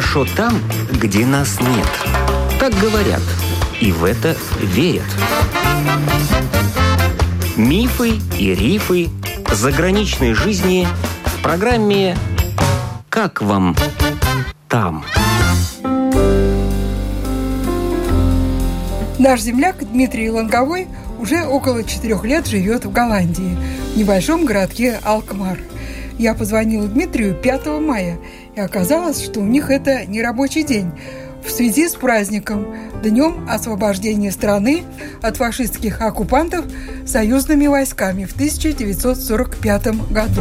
хорошо там, где нас нет. Так говорят, и в это верят. Мифы и рифы заграничной жизни в программе «Как вам там?». Наш земляк Дмитрий Лонговой уже около 4 лет живет в Голландии, в небольшом городке Алкмар. Я позвонила Дмитрию 5 мая, и оказалось, что у них это не рабочий день, в связи с праздником, Днем освобождения страны от фашистских оккупантов союзными войсками в 1945 году.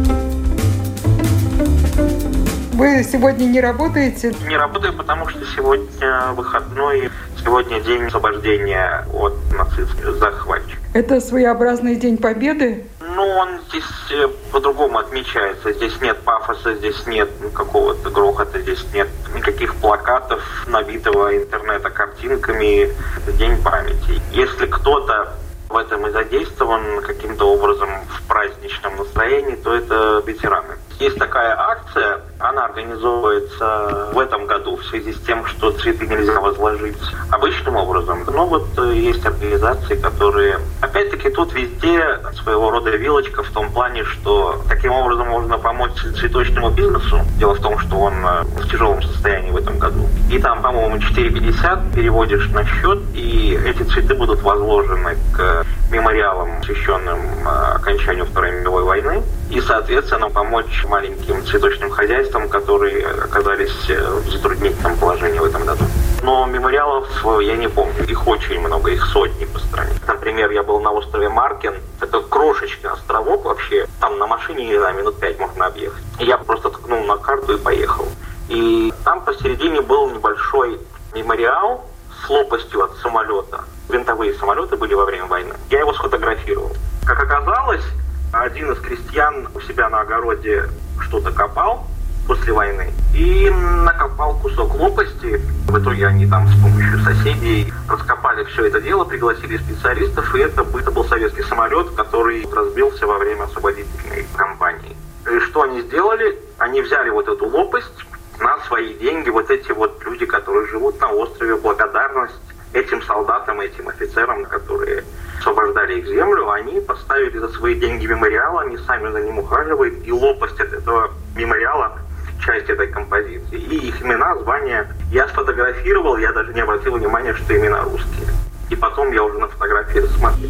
Вы сегодня не работаете? Не работаю, потому что сегодня выходной, сегодня день освобождения от нацистских захватчиков. Это своеобразный день победы? Он здесь по-другому отмечается. Здесь нет пафоса, здесь нет какого-то грохота, здесь нет никаких плакатов, набитого интернета картинками. Это день памяти. Если кто-то в этом и задействован каким-то образом в праздничном настроении, то это ветераны. Есть такая акция, она организовывается в этом году в связи с тем, что цветы нельзя возложить обычным образом. Но есть организации, которые... Опять-таки тут везде своего рода вилочка в том плане, что таким образом можно помочь цветочному бизнесу. Дело в том, что он в тяжелом состоянии в этом году. И там, по-моему, 4,50 переводишь на счет, и эти цветы будут возложены к мемориалам, посвященным окончанию Второй мировой войны. И, соответственно, помочь маленьким цветочным хозяйствам, которые оказались в затруднительном положении в этом году. Но мемориалов я не помню. Их очень много, их сотни по стране. Например, я был на острове Маркен. Это крошечный островок вообще. Там на машине, не знаю, минут 5 можно объехать. И я просто ткнул на карту и поехал. И там посередине был небольшой мемориал с лопастью от самолета. Винтовые самолеты были во время войны. Я его сфотографировал. Как оказалось, один из крестьян у себя на огороде что-то копал после войны и накопал кусок лопасти. В итоге они там с помощью соседей раскопали все это дело, пригласили специалистов, и это был советский самолет, который разбился во время освободительной кампании. И что они сделали? Они взяли эту лопасть на свои деньги. Эти люди, которые живут на острове, благодарность этим солдатам, этим офицерам, которые освобождали их землю, они поставили за свои деньги мемориал, они сами за ним ухаживают, и лопасть от этого мемориала часть этой композиции. И их имена, звания я сфотографировал, я даже не обратил внимания, что имена русские. И потом я уже на фотографии рассмотрел.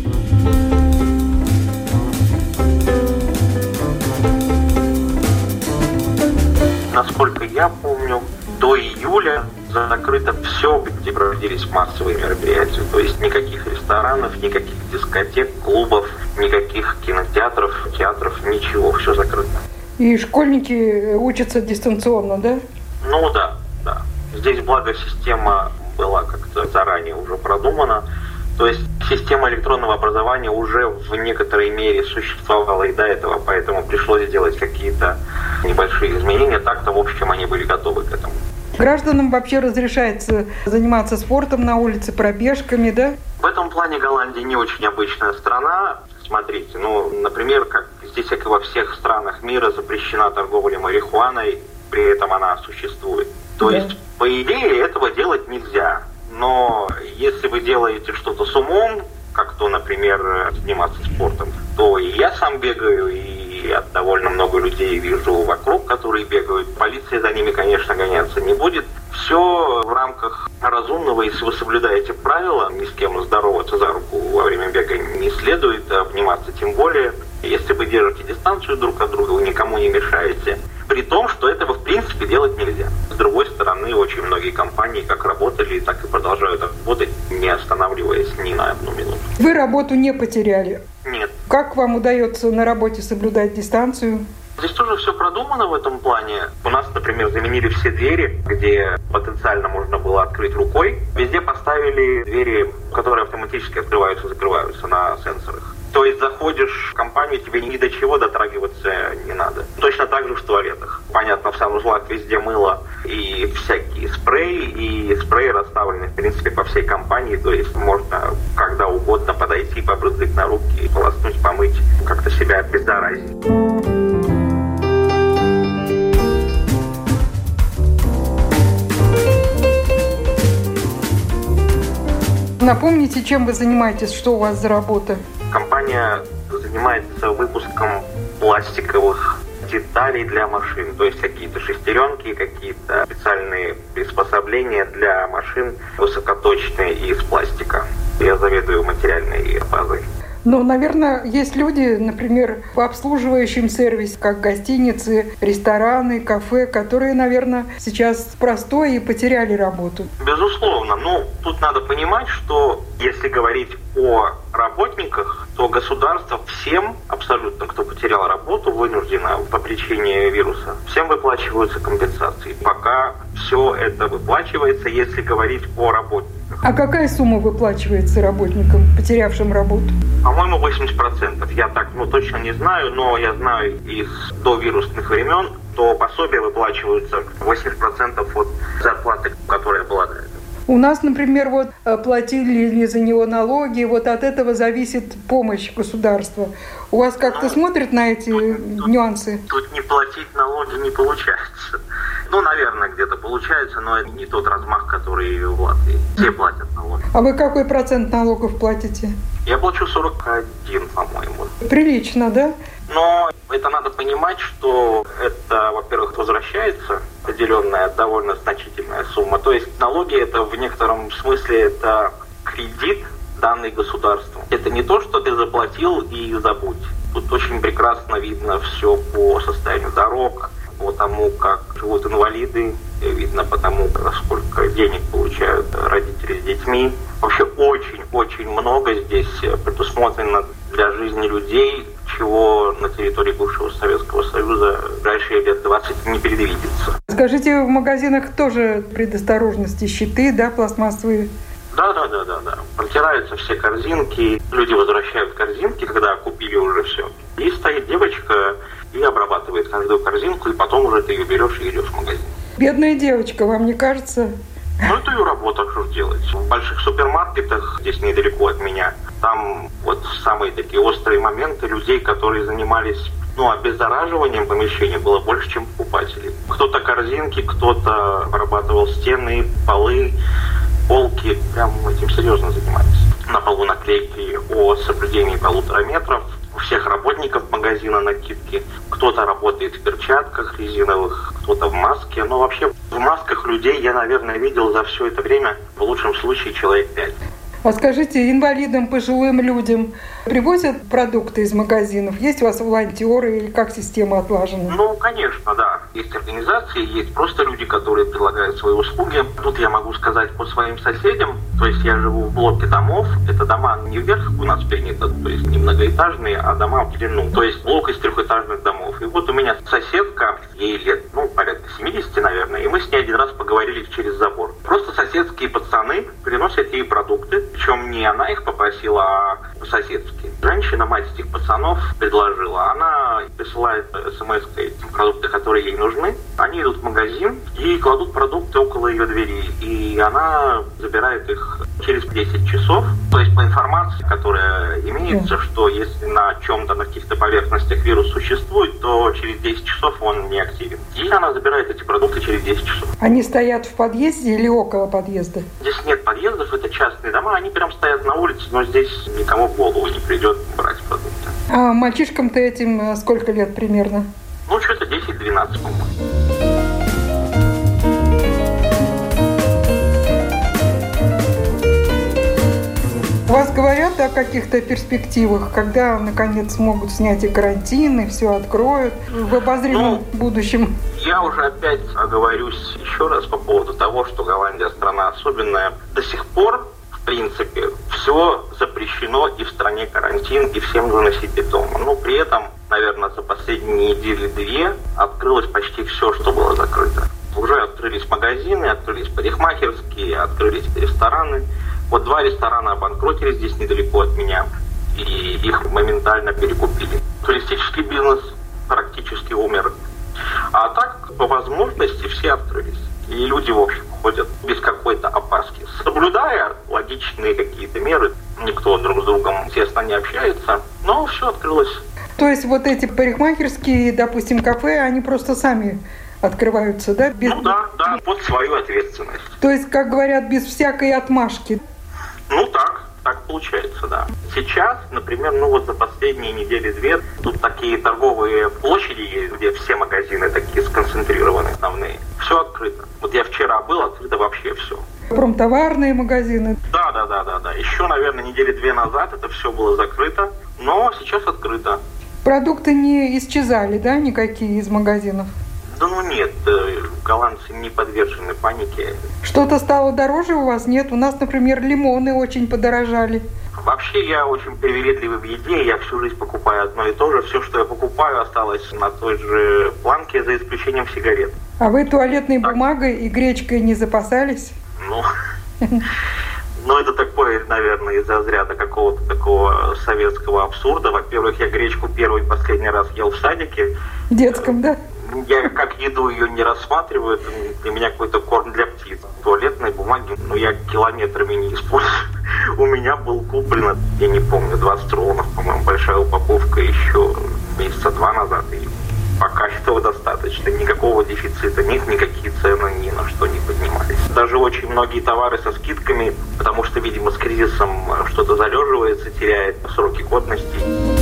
Насколько я помню, до июля закрыто все, где проводились массовые мероприятия. То есть никаких ресторанов, никаких дискотек, клубов, никаких кинотеатров, театров, ничего, все закрыто. И школьники учатся дистанционно, да? Да. Здесь, благо, система была как-то заранее уже продумана. То есть система электронного образования уже в некоторой мере существовала и до этого, поэтому пришлось сделать какие-то небольшие изменения. Так-то, в общем, они были готовы к этому. Гражданам вообще разрешается заниматься спортом на улице, пробежками, да? В этом плане Голландия не очень обычная страна. Смотрите, например, как здесь, как и во всех странах мира, запрещена торговля марихуаной, при этом она существует. То есть, по идее, этого делать нельзя. Но если вы делаете что-то с умом, как то, например, заниматься спортом, то и я сам бегаю, и я довольно много людей вижу вокруг, которые бегают. Полиция за ними, конечно, гоняться не будет. Все в рамках разумного. Если вы соблюдаете правила, ни с кем здороваться за руку во время бега не следует, обниматься тем более. Если вы держите дистанцию друг от друга, вы никому не мешаете. При том, что этого в принципе делать нельзя. С другой стороны, очень многие компании как работали, так и продолжают работать, не останавливаясь ни на одну минуту. Вы работу не потеряли? Нет. Как вам удается на работе соблюдать дистанцию? Здесь тоже все продумано в этом плане. У нас, например, заменили все двери, где потенциально можно было открыть рукой. Везде поставили двери, которые автоматически открываются и закрываются на сенсорах. То есть заходишь в компанию, тебе ни до чего дотрагиваться не надо. Точно так же в туалетах. Понятно, в санузлах везде мыло и всякие спреи, и спреи расставлены, в принципе, по всей компании. То есть можно когда угодно подойти, побрызгать на руки, полоснуть, помыть, как-то себя обеззаразить. Напомните, чем вы занимаетесь, что у вас за работа? Компания занимается выпуском пластиковых деталей для машин, то есть какие-то шестеренки, какие-то специальные приспособления для машин высокоточные из пластика. Я заведую материальной базой. Но, наверное, есть люди, например, в обслуживающем сервисе, как гостиницы, рестораны, кафе, которые, наверное, сейчас простой и потеряли работу. Безусловно. Тут надо понимать, что если говорить о работниках, то государство всем, абсолютно, кто потерял работу, вынуждено по причине вируса, всем выплачиваются компенсации. Пока все это выплачивается, если говорить о работниках. А какая сумма выплачивается работникам, потерявшим работу? По-моему, 80%. Я так точно не знаю, но я знаю из довирусных времен, то пособия выплачиваются 80% от зарплаты, которая была до этого. У нас, например, платили ли за него налоги, от этого зависит помощь государства. У вас как-то смотрят на эти нюансы? Тут не платить налоги не получается. Наверное, где-то получается, но это не тот размах, который в Латвии. Все платят налоги. А вы какой процент налогов платите? Я плачу 41, по-моему. Прилично, да? Но это надо понимать, что это, во-первых, возвращается определенная, довольно значительная сумма. То есть налоги это в некотором смысле это кредит, данный государству. Это не то, что ты заплатил и забудь. Тут очень прекрасно видно все по состоянию дорог, по тому, как живут инвалиды, видно по тому, сколько денег получают родители с детьми. Вообще очень много здесь предусмотрено для жизни людей, чего на территории бывшего Советского Союза дальше лет 20 не предвидится. Скажите, в магазинах тоже предосторожности, щиты, да, пластмассовые? Да. Протираются все корзинки, люди возвращают корзинки, когда купили уже все. И стоит девочка и обрабатывает каждую корзинку, и потом уже ты ее берешь и идешь в магазин. Бедная девочка, вам не кажется? Это ее работа, что делать. В больших супермаркетах, здесь недалеко от меня, там самые такие острые моменты людей, которые занимались обеззараживанием помещения, было больше, чем покупателей. Кто-то корзинки, кто-то обрабатывал стены, полы, полки, прям этим серьезно занимались. На полу наклейки о соблюдении 1,5 метров. У всех работников магазина накидки. Кто-то работает в перчатках резиновых, кто-то в маске. Но вообще в масках людей я, наверное, видел за все это время в лучшем случае человек 5. А скажите, инвалидам, пожилым людям привозят продукты из магазинов? Есть у вас волонтеры или как система отлажена? Конечно, да. Есть организации, есть просто люди, которые предлагают свои услуги. Тут я могу сказать по своим соседям. То есть я живу в блоке домов. Это дома не вверх у нас принято, то есть не многоэтажные, а дома в длину. То есть блок из 3-этажных домов. И у меня соседка, ей лет, порядка 70, наверное, и мы с ней один раз поговорили через забор. Просто соседские пацаны приносят ей продукты. Причем не она их попросила, а соседские. Женщина, мать этих пацанов, предложила. Она присылает смс-кой продукты, которые ей нужны. Они идут в магазин и кладут продукты около ее двери. И она забирает их через 10 часов. То есть по информации, которая имеется, что если на чем-то, на каких-то поверхностях вирус существует, то через 10 часов он не активен. И она забирает эти продукты через 10 часов. Они стоят в подъезде или около подъезда? Здесь нет подъездов, это частные дома. Они прям стоят на улице, но здесь никому в голову не придет брать продукты. А мальчишкам-то этим сколько лет примерно? Что-то 10-12, по-моему. У вас говорят о каких-то перспективах, когда, наконец, смогут снять и карантин, и все откроют в обозримом будущем? Я уже опять оговорюсь еще раз по поводу того, что Голландия страна особенная. До сих пор, в принципе, все запрещено, и в стране карантин, и всем нужно сидеть дома. Но при этом, наверное, за последние недели-две открылось почти все, что было закрыто. Уже открылись магазины, открылись парикмахерские, открылись рестораны. 2 ресторана обанкротились здесь недалеко от меня, и их моментально перекупили. Туристический бизнес практически умер. А так, по возможности, все открылись. И люди, в общем, ходят без какой-то опаски, соблюдая логичные какие-то меры. Никто друг с другом, естественно, не общается, но все открылось. То есть эти парикмахерские, допустим, кафе, они просто сами открываются, да? Да, под свою ответственность. То есть, как говорят, без всякой отмашки. Да, Так получается, да. Сейчас, например, за последние недели-две тут такие торговые площади есть, где все магазины такие сконцентрированы, основные. Все открыто. Вот я вчера был, открыто вообще все. Промтоварные магазины. Да. Еще, наверное, недели 2 назад это все было закрыто, но сейчас открыто. Продукты не исчезали, да, никакие из магазинов? Да нет, голландцы не подвержены панике. Что-то стало дороже у вас? Нет, у нас, например, лимоны очень подорожали. Вообще я очень привередливый в еде, я всю жизнь покупаю одно и то же. Все, что я покупаю, осталось на той же планке, за исключением сигарет. А вы туалетной бумагой и гречкой не запасались? Это такое, наверное, из разряда какого-то такого советского абсурда. Во-первых, я гречку первый и последний раз ел в садике. В детском, да? Я как еду ее не рассматриваю, это для меня какой-то корм для птиц. Туалетной бумаги, я километрами не использую. У меня был куплен, я не помню, 20 рулонов, по-моему, большая упаковка еще месяца 2 назад. И пока этого достаточно. Никакого дефицита нет, никакие цены ни на что не поднимались. Даже очень многие товары со скидками, потому что, видимо, с кризисом что-то залеживается, теряет сроки годности.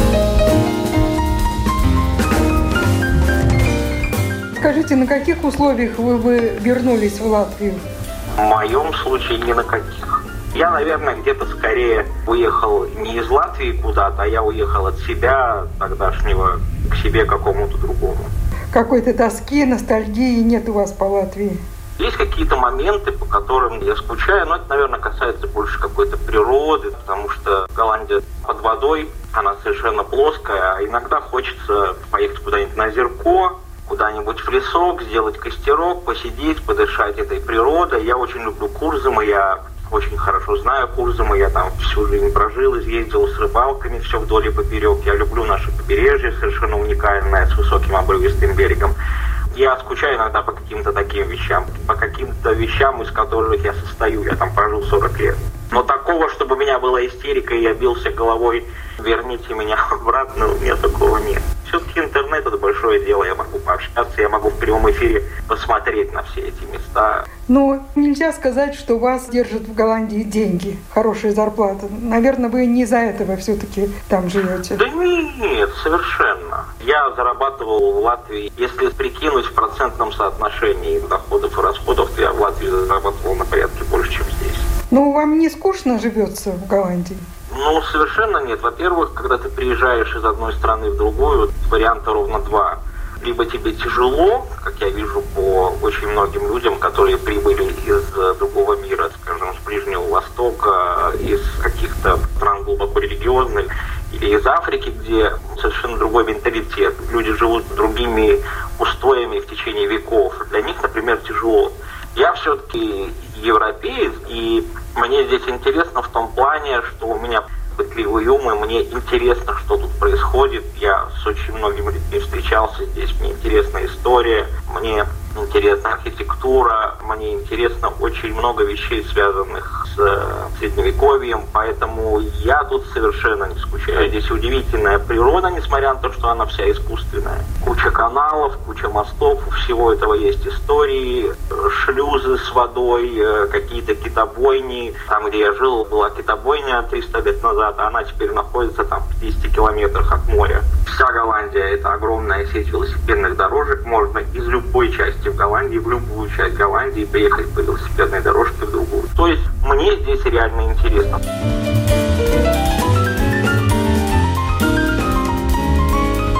Скажите, на каких условиях вы бы вернулись в Латвию? В моем случае ни на каких. Я, наверное, где-то скорее уехал не из Латвии куда-то, а я уехал от себя тогдашнего к себе какому-то другому. Какой-то тоски, ностальгии нет у вас по Латвии? Есть какие-то моменты, по которым я скучаю, но это, наверное, касается больше какой-то природы, потому что Голландия под водой, она совершенно плоская, а иногда хочется поехать куда-нибудь на озерко, куда-нибудь в лесок, сделать костерок, посидеть, подышать этой природой. Я очень люблю Курзамы, я очень хорошо знаю Курзамы, я там всю жизнь прожил, изъездил с рыбалками, все вдоль и поперек. Я люблю наше побережье, совершенно уникальное, с высоким обрывистым берегом. Я скучаю иногда по каким-то таким вещам, по каким-то вещам, из которых я состою. Я там прожил 40 лет. Но такого, чтобы у меня была истерика, и я бился головой, верните меня обратно, у меня такого нет. Все-таки интернет – это большое дело, я могу пообщаться, я могу в прямом эфире посмотреть на все эти места. Но нельзя сказать, что вас держат в Голландии деньги, хорошая зарплата. Наверное, вы не из-за этого все-таки там живете. Да нет, совершенно. Я зарабатывал в Латвии, если прикинуть в процентном соотношении доходов и расходов, то я в Латвии зарабатывал на порядке больше, чем здесь. Но вам не скучно живется в Голландии? Совершенно нет. Во-первых, когда ты приезжаешь из одной страны в другую, варианта ровно 2. Либо тебе тяжело, как я вижу по очень многим людям, которые прибыли из другого мира, скажем, с Ближнего Востока, из каких-то стран глубоко религиозных, или из Африки, где совершенно другой менталитет. Люди живут другими устоями в течение веков. Для них, например, тяжело. Я все-таки европеец, и мне здесь интересно в том плане, что у меня пытливый ум, и мне интересно, что тут происходит. Я с очень многими людьми встречался здесь, мне интересна история, мне интересна архитектура, мне интересно очень много вещей, связанных с Средневековьем, поэтому я тут совершенно не скучаю. Здесь удивительная природа, несмотря на то, что она вся искусственная. Куча каналов, куча мостов, у всего этого есть истории, шлюзы с водой, какие-то китобойни. Там, где я жил, была китобойня 300 лет назад, а она теперь находится там в 50 километрах от моря. Вся Голландия – это огромная сеть велосипедных дорожек. Можно из любой части в Голландии, в любую часть Голландии приехать по велосипедной дорожке в другую. То есть мне здесь реально интересно.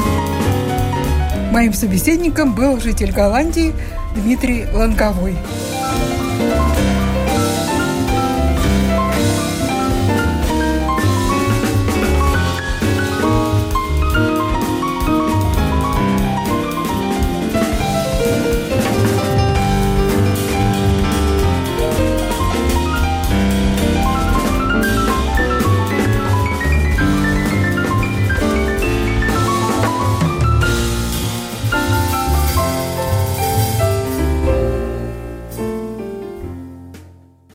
Моим собеседником был житель Голландии Дмитрий Ланковой.